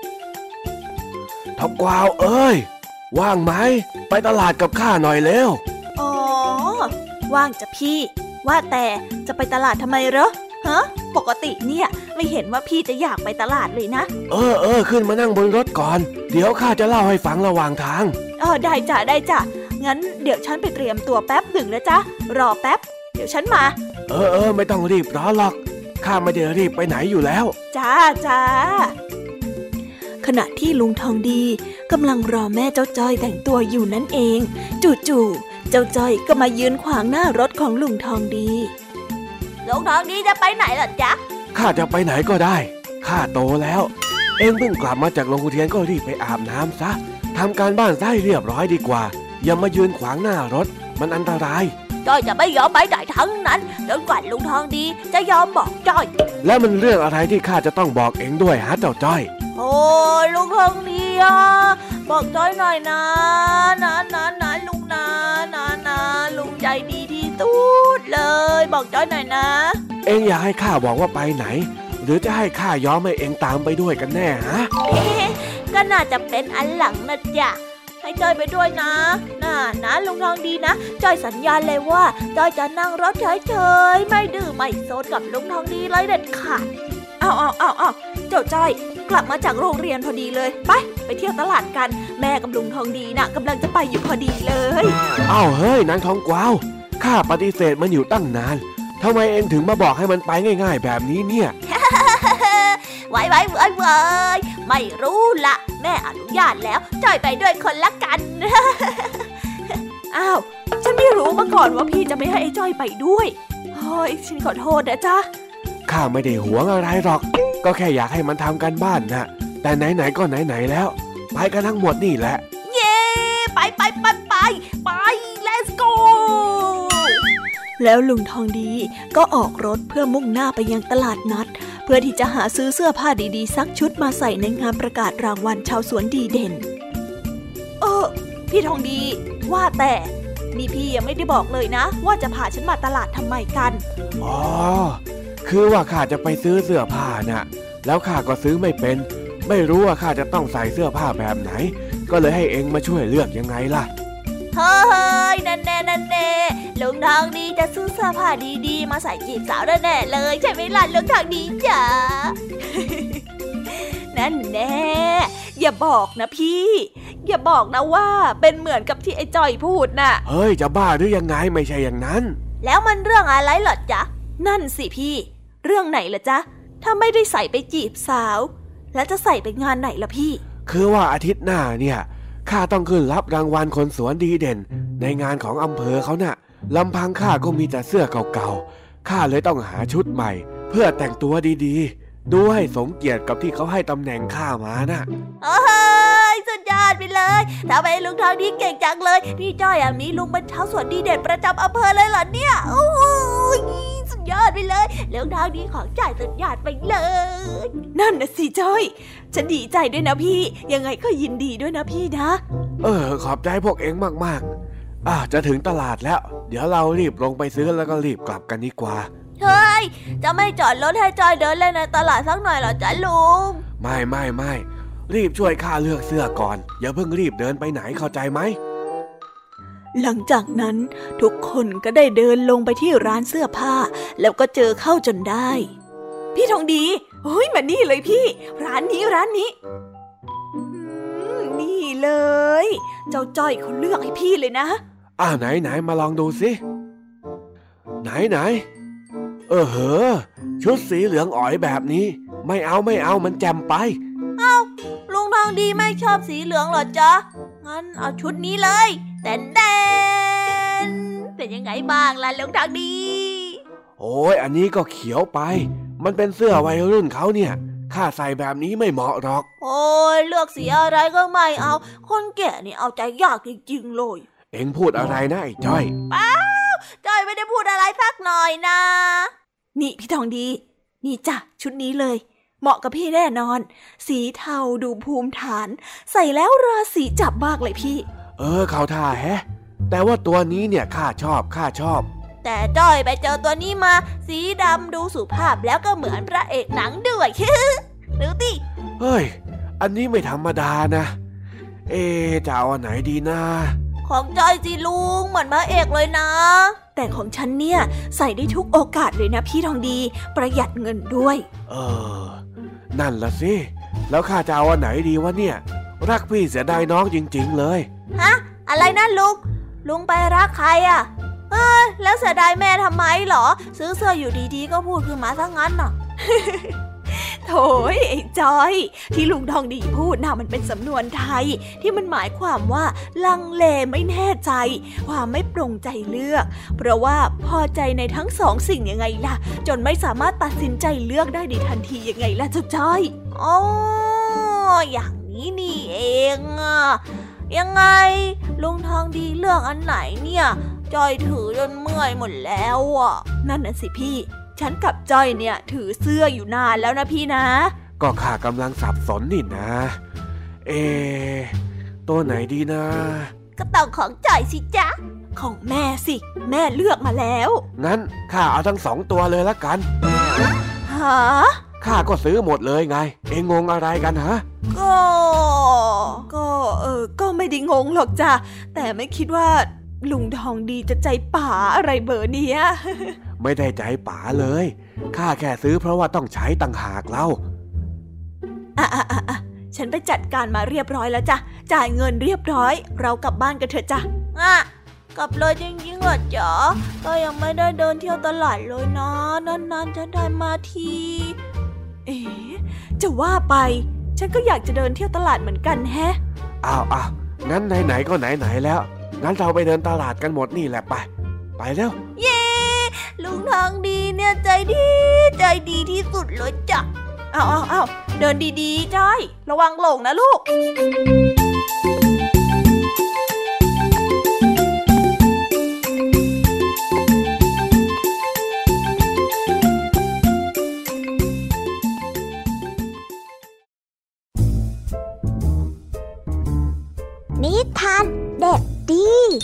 ทับกวาวเอ้ยว่างไหมไปตลาดกับข้าหน่อยเร็วอ๋อว่างจ้ะพี่ว่าแต่จะไปตลาดทำไมเหรอฮะปกติเนี่ยไม่เห็นว่าพี่จะอยากไปตลาดเลยนะขึ้นมานั่งบนรถก่อนเดี๋ยวข้าจะเล่าให้ฟังระหว่างทางได้จ้ะงั้นเดี๋ยวฉันไปเตรียมตัวแป๊บหนึ่งนะจ๊ะรอแป๊บเดี๋ยวฉันมาไม่ต้องรีบรอหรอกข้าไม่ได้รีบไปไหนอยู่แล้วจ้าขณะที่ลุงทองดีกำลังรอแม่เจ้าจ้อยแต่งตัวอยู่นั่นเองจู่ๆเจ้าจ้อยก็มายืนขวางหน้ารถของลุงทองดีลุงทองดีจะไปไหนล่ะจ๊ะข้าจะไปไหนก็ได้ข้าโตแล้วเอ็งเพิ่งกลับมาจากโรงเรียนก็รีบไปอาบน้ำซะทำการบ้านซะให้เรียบร้อยดีกว่าอย่ามายืนขวางหน้ารถมันอันตรายจ้อยจะไม่ยอมไปไหนทั้งนั้นจนกว่าลุงทองดีจะยอมบอกจ้อยแล้วมันเรื่องอะไรที่ข้าจะต้องบอกเอ็งด้วยฮะเจ้าจ้อยโอ้ลุงทองดีบอกจ้อยหน่อยนะลุงนะลุงใจดีที่สุดเลยบอกจ้อยหน่อยนะเอ็งอยากให้ข้าบอกว่าไปไหนหรือจะให้ข้ายอมให้เอ็งตามไปด้วยกันแน่ฮะก็น่าจะเป็นอันหลังนะจ๊ะให้จ้อยไปด้วยนะลุงทองดีนะจ้อยสัญญาเลยว่าจ้อยจะนั่งรถเฉยๆไม่ดื้อไม่โซนกับลุงทองดีเลยเด็ดขาดเอาเจ้าจ้อยกลับมาจากโรงเรียนพอดีเลยไปเที่ยวตลาดกันแม่กับลุงทองดีน่ะกำลังจะไปอยู่พอดีเลยเฮ้ยนางทองกวาวข้าปฏิเสธมันอยู่ตั้งนานทำไมเอ็งถึงมาบอกให้มันไปง่ายๆแบบนี้เนี่ยไว้ไม่รู้ละแม่อนุญาตแล้วจ้อยไปด้วยคนละกันอ้าวฉันไม่รู้มาก่อนว่าพี่จะไม่ให้ไอ้จ้อยไปด้วยเฮ้ยฉันขอโทษนะจ๊ะข้าไม่ได้หวงอะไรหรอกก็แค่อยากให้มันทำกันบ้านนะแต่ไหนๆก็ไหนๆแล้วไปกันทั้งหมดนี่แหละเย้ไป let's go แล้วลุงทองดีก็ออกรถเพื่อมุ่งหน้าไปยังตลาดนัดเพื่อที่จะหาซื้อเสื้อผ้าดีๆสักชุดมาใส่ในงานประกาศรางวัลชาวสวนดีเด่นพี่ทองดีว่าแต่นี่พี่ยังไม่ได้บอกเลยนะว่าจะพาฉันมาตลาดทำไมกันคือว่าข้าจะไปซื้อเสื้อผ้าน่ะแล้วข้าก็ซื้อไม่เป็นไม่รู้ว่าข้าจะต้องใส่เสื้อผ้าแบบไหนก็เลยให้เอ็งมาช่วยเลือกยังไงล่ะเฮ้ยนั่นแน่ลุงทองดีจะซื้อเสื้อผ้าดีๆมาใส่จีบสาวแน่เลยใช่ไหมล่ะลุงทองดีจ๋านั่นแน่อย่าบอกนะพี่อย่าบอกนะว่าเป็นเหมือนกับที่ไอ้จ้อยพูดน่ะเฮ้ยจะบ้าหรือยังไงไม่ใช่อย่างนั้นแล้วมันเรื่องอะไรเหรอจ๊ะนั่นสิพี่เรื่องไหนล่ะจ๊ะถ้าไม่ได้ใส่ไปจีบสาวแล้วจะใส่ไปงานไหนล่ะพี่คือว่าอาทิตย์หน้าเนี่ยข้าต้องขึ้นรับรางวัลคนสวนดีเด่นในงานของอำเภอเขาน่ะลำพังข้าก็มีแต่เสื้อเก่าๆข้าเลยต้องหาชุดใหม่เพื่อแต่งตัวดีๆดูให้สมเกียรติกับที่เขาให้ตำแหน่งข้ามาน่ะสุดยอดไปเลยทำไมลุงทองดีเก่งจังเลยพี่จ้อยมีลุงเป็นชาวสวนดีเด่นประจำอำเภอเลยเหรอเนี่ยโอ้ยสุดยอดไปเลยลุงทองดีของจ่ายสุดยอดไปเลยนั่นนะสิจ้อยฉันดีใจด้วยนะพี่ยังไงก็ยินดีด้วยนะพี่นะขอบใจพวกเอ็งมากๆจะถึงตลาดแล้วเดี๋ยวเรารีบลงไปซื้อแล้วก็รีบกลับกันดีกว่าเฮ้ยจะไม่จอดรถให้จ้อยเดินเล่นในตลาดสักหน่อยเหรอจ๊ะลุงไม่รีบช่วยข้าเลือกเสื้อก่อนอย่าเพิ่งรีบเดินไปไหนเข้าใจไหมหลังจากนั้นทุกคนก็ได้เดินลงไปที่ร้านเสื้อผ้าแล้วก็เจอเข้าจนได้พี่ทองดีเฮ้ยมานี่เลยพี่ร้านนี้นี่เลยเจ้าจ้อยเขาเลือกให้พี่เลยนะไหนมาลองดูสิไหนชุดสีเหลืองอ๋อยแบบนี้ไม่เอามันแจ่มไปลุงทองดีไม่ชอบสีเหลืองหรอจ๊ะงั้นเอาชุดนี้เลยแต่เป็นยังไงบ้างล่ะลุงทองดีโอ้ยอันนี้ก็เขียวไปมันเป็นเสื้อวัยรุ่นเขาเนี่ยข้าใส่แบบนี้ไม่เหมาะหรอกโอ้ยเลือกสีอะไรก็ไม่เอาคนแก่นี่เอาใจยากจริงๆเลยเอ็งพูดอะไรนะไอ้จ้อยเปล่าจ้อยไม่ได้พูดอะไรสักหน่อยนะนี่พี่ทองดีนี่จ้ะชุดนี้เลยเหมาะกับพี่แน่นอนสีเทาดูภูมิฐานใส่แล้วราศีจับมากเลยพี่เขาท่าแฮะแต่ว่าตัวนี้เนี่ยข้าชอบแต่จ้อยไปเจอตัวนี้มาสีดำดูสุภาพแล้วก็เหมือนพระเอกหนังด้วยดูดิเฮ้ยอันนี้ไม่ธรรมดานะจะเอาอันไหนดีนะของจ้อยสิลุงเหมือนพระเอกเลยนะแต่ของฉันเนี่ยใส่ได้ทุกโอกาสเลยนะพี่ทองดีประหยัดเงินด้วยนั่นล่ะสิแล้วข้าจะเอาอันไหนดีวะเนี่ยรักพี่เสียดายน้องจริงๆเลยฮะอะไรนะลุงไปรักใครอ่ะแล้วเสียดายแม่ทำไมเหรอซื้อเสื้ออยู่ดีๆก็พูดขึ้นมาซะงั้นน่ะโถยไอ้จอยที่ลุงทองดีพูดน่ะมันเป็นสำนวนไทยที่มันหมายความว่าลังเลไม่แน่ใจความไม่ปรงใจเลือกเพราะว่าพอใจในทั้งสองสิ่งยังไงล่ะจนไม่สามารถตัดสินใจเลือกได้ในทันทียังไงล่ะเจ้าจอยอ๋ออย่างนี้นี่เองอะยังไงลุงทองดีเลือกอันไหนเนี่ยจอยถือจนเมื่อยหมดแล้วอ่ะนั่นน่ะสิพี่ฉันกับจ้อยเนี่ยถือเสื้ออยู่นานแล้วนะพี่นะก็ข้ากำลังสับสนนี่นะตัวไหนดีนะก็ต้องของจอยสิจ๊ะของแม่สิแม่เลือกมาแล้วงั้นข้าเอาทั้ง2ตัวเลยละกันฮะข้าก็ซื้อหมดเลยไงงงอะไรกันฮะก็ไม่ได้งงหรอกจ้ะแต่ไม่คิดว่าลุงทองดีจะใจป๋าอะไรเบอร์เนี้ยไม่ได้ใจป๋าเลยข้าแค่ซื้อเพราะว่าต้องใช้ต่างหากเล่าฉันไปจัดการมาเรียบร้อยแล้วจ้ะจ่ายเงินเรียบร้อยเรากลับบ้านกันเถอะจ้ะกลับเลยจริงๆเหรอจ๊ะก็ยังไม่ได้เดินเที่ยวตลาดเลยนะนานๆจะได้มาทีจะว่าไปฉันก็อยากจะเดินเที่ยวตลาดเหมือนกันแฮะอ้าวงั้นไหนๆก็ไหนๆแล้วงั้นเราไปเดินตลาดกันหมดนี่แหละไปเร็วเย้ลุงทองดีเนี่ยใจดีที่สุดเลยจ้ะเอาเดินดีๆจ้อยระวังหลงนะลูกนิทานเด็กดี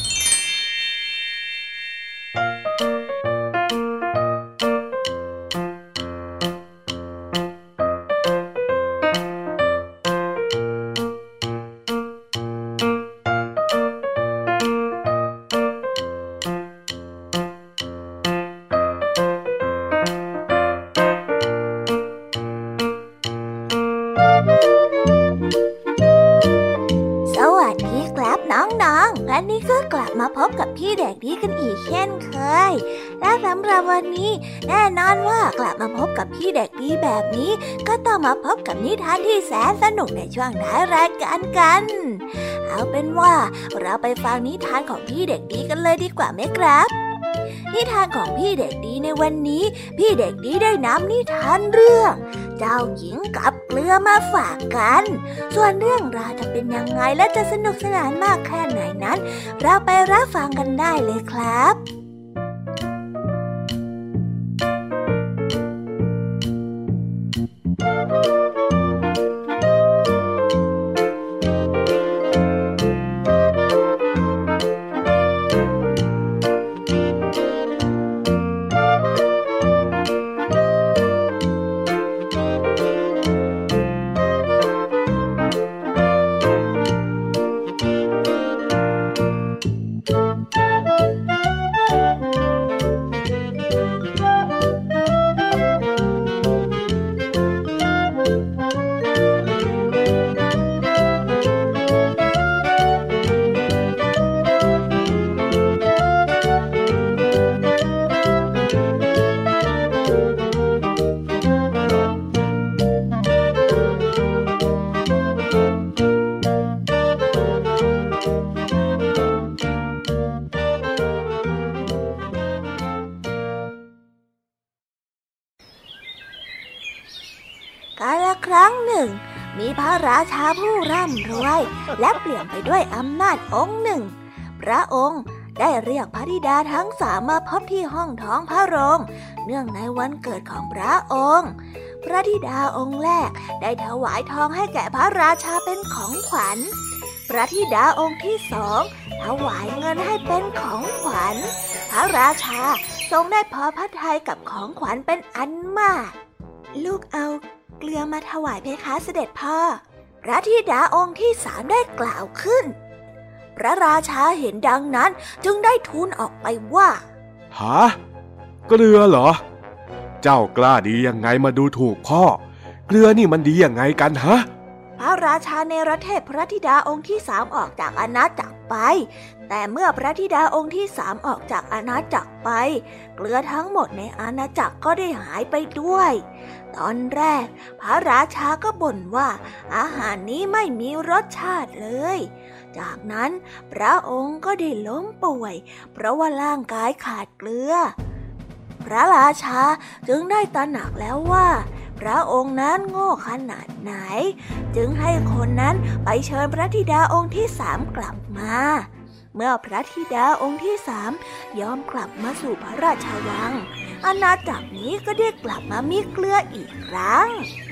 และนี่ก็กลับมาพบกับพี่เด็กดีกันอีกเช่นเคยและสำหรับวันนี้แน่นอนว่ากลับมาพบกับพี่เด็กดีแบบนี้ก็ต้องมาพบกับนิทานที่แสนสนุกในช่วงท้ายรายการกันเอาเป็นว่าเราไปฟังนิทานของพี่เด็กดีกันเลยดีกว่าไหมครับนิทานของพี่เด็กดีในวันนี้พี่เด็กดีได้นำนิทานเรื่องเจ้าหญิงกับเกลือมาฝากกันส่วนเรื่องราวจะเป็นยังไงและจะสนุกสนานมากแค่ไหนนั้นเราไปรับฟังกันได้เลยครับมีพระราชาผู้ร่ำรวยและเปลี่ยนไปด้วยอำนาจองค์หนึ่งพระองค์ได้เรียกพระธิดาทั้งสามมาพบที่ห้องท้องพระโรงเนื่องในวันเกิดของพระองค์พระธิดาองค์แรกได้ถวายทองให้แก่พระราชาเป็นของขวัญพระธิดาองค์ที่สองถวายเงินให้เป็นของขวัญพระราชาทรงได้พอพระทัยกับของขวัญเป็นอันมากลูกเอาเกลือมาถวายเพคะเสด็จพ่อพระธิดาองค์ที่สามได้กล่าวขึ้นพระราชาเห็นดังนั้นจึงได้ทูลออกไปว่าฮะเกลือเหรอเจ้ากล้าดียังไงมาดูถูกพ่อเกลือนี่มันดียังไงกันฮะพระราชาเนรเทพพระธิดาองค์ที่3ออกจากอาณาจักรไปแต่เมื่อพระธิดาองค์ที่3ออกจากอาณาจักรไปเกลือทั้งหมดในอาณาจักรก็ได้หายไปด้วยตอนแรกพระราชาก็บ่นว่าอาหารนี้ไม่มีรสชาติเลยจากนั้นพระองค์ก็ได้ล้มป่วยเพราะว่าร่างกายขาดเกลือพระราชาจึงได้ตระหนักแล้วว่าพระองค์นั้นโง่ขนาดไหนจึงให้คนนั้นไปเชิญพระธิดาองค์ที่3กลับมาเมื่อพระธิดาองค์ที่3ยอมกลับมาสู่พระราชวังอาณาจักรนี้ก็ได้กลับมามีเกลืออีกครั้ง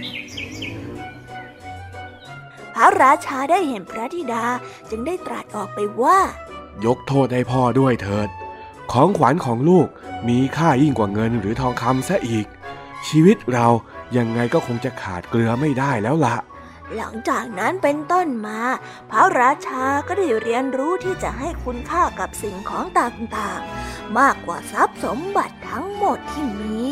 พระราชาได้เห็นพระธิดาจึงได้ตรัสออกไปว่ายกโทษให้พ่อด้วยเถิดของขวัญของลูกมีค่ายิ่งกว่าเงินหรือทองคำซะอีกชีวิตเรายังไงก็คงจะขาดเกลือไม่ได้แล้วล่ะหลังจากนั้นเป็นต้นมาพระราชาก็ได้เรียนรู้ที่จะให้คุณค่ากับสิ่งของต่างๆมากกว่าทรัพย์สมบัติทั้งหมดที่มี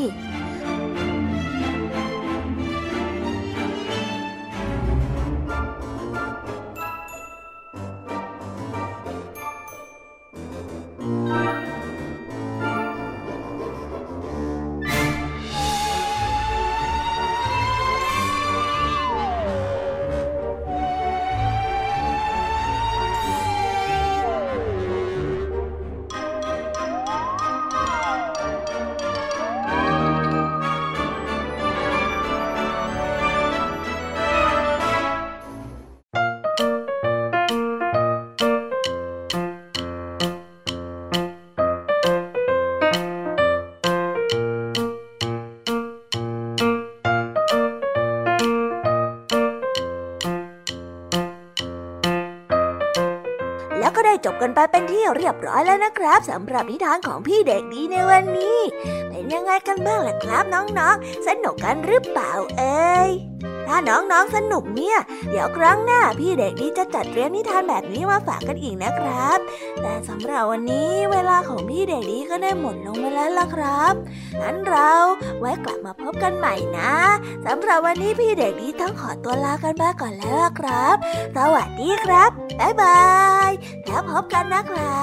จบกันไปเป็นที่เรียบร้อยแล้วนะครับสำหรับนิทานของพี่เด็กดีในวันนี้เป็นยังไงกันบ้างล่ะครับน้องๆสนุกกันหรือเปล่าเอ่ยถ้าน้องๆสนุกเนี่ยเดี๋ยวครั้งหน้าพี่เด็กดีจะจัดเตรียมนิทานแบบนี้มาฝากกันอีกนะครับแต่สำหรับวันนี้เวลาของพี่เด็กดีก็ได้หมดลงไปแล้วล่ะครับงั้นเราไว้กลับมาพบกันใหม่นะสำหรับวันนี้พี่เด็กดีต้องขอตัวลากันไปก่อนแล้วล่ะครับสวัสดีครับบ๊ายบายแล้วพบกันนะครับ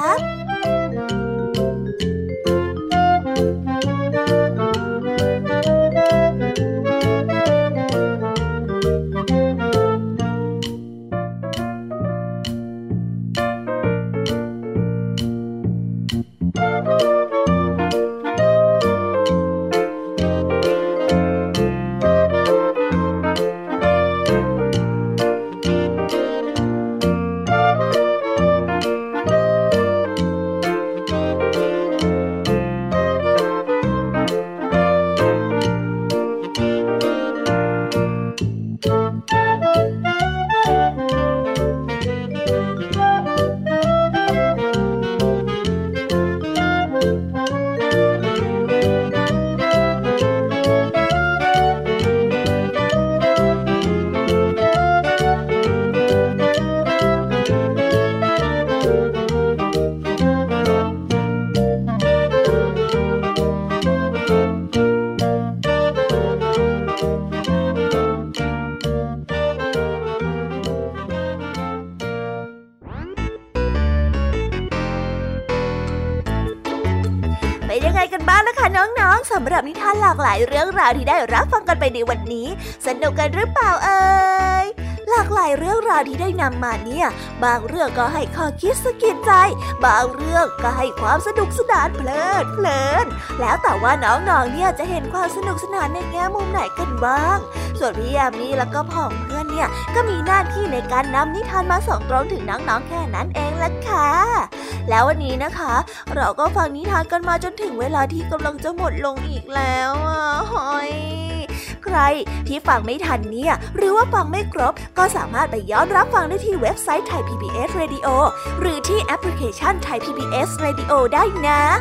น้องๆสำหรับนิทานหลากหลายเรื่องราวที่ได้รับฟังกันไปในวันนี้สนุกกันหรือเปล่าเอ่ยหลากหลายเรื่องราวที่ได้นำมาเนี่ยบางเรื่องก็ให้ข้อคิดสะกิดใจบางเรื่องก็ให้ความสนุกสนานเพลิดแล้วแต่ว่าน้องๆเนี่ยจะเห็นความสนุกสนานในแง่มุมไหนกันบ้างส่วนพี่ยามีแล้วก็พ่องเพื่อนเนี่ยก็มีหน้าที่ในการนำนิทานมาส่งตรงถึงน้องๆแค่นั้นเองล่ะค่ะแล้ววันนี้นะคะเราก็ฟังนิทานกันมาจนถึงเวลาที่กำลังจะหมดลงอีกแล้วหอยใครที่ฟังไม่ทันเนี่ยหรือว่าฟังไม่ครบก็สามารถไปย้อนรับฟังได้ที่เว็บไซต์ Thai PBS Radio หรือที่แอปพลิเคชัน Thai PBS Radio ได้นะ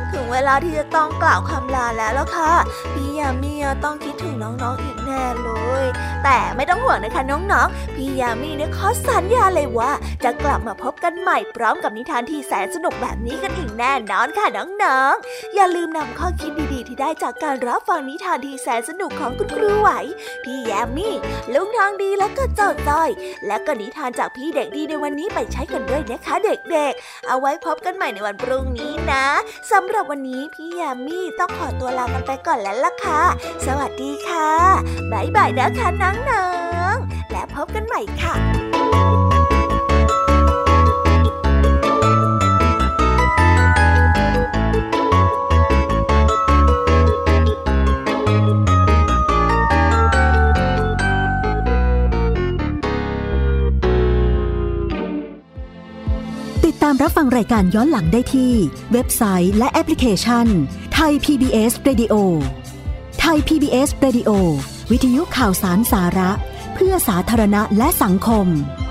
ถึงเวลาที่จะต้องกล่าวคำลาแล้วล่ะค่ะพี่ยามีต้องคิดถึงน้องๆอีกแน่เลยแต่ไม่ต้องห่วงนะคะน้องๆพี่ยามีเนี่ยขอสัญญาเลยว่าจะกลับมาพบกันใหม่พร้อมกับนิทานที่แสนสนุกแบบนี้กันอีกแน่นอนค่ะน้องๆอย่าลืมนำข้อคิดดีๆที่ได้จากการรับฟังนิทานที่แสนสนุกของคุณครูไหวพี่ยามีลุงทองดีและก็เจ้าจ้อยและก็นิทานจากพี่เด็กดีในวันนี้ไปใช้กันด้วยนะคะเด็กๆเอาไว้พบกันใหม่ในวันพรุ่งนี้นะสำหรับวันนี้พี่ยามีต้องขอตัวลากันไปก่อนแล้วล่ะค่ะสวัสดีค่ะบ๊ายบายนะคะน้องๆและพบกันใหม่ค่ะติดตามรับฟังรายการย้อนหลังได้ที่เว็บไซต์และแอปพลิเคชัน Thai PBS Radio Thai PBS Radio วิทยุข่าวสารสาระเพื่อสาธารณะและสังคม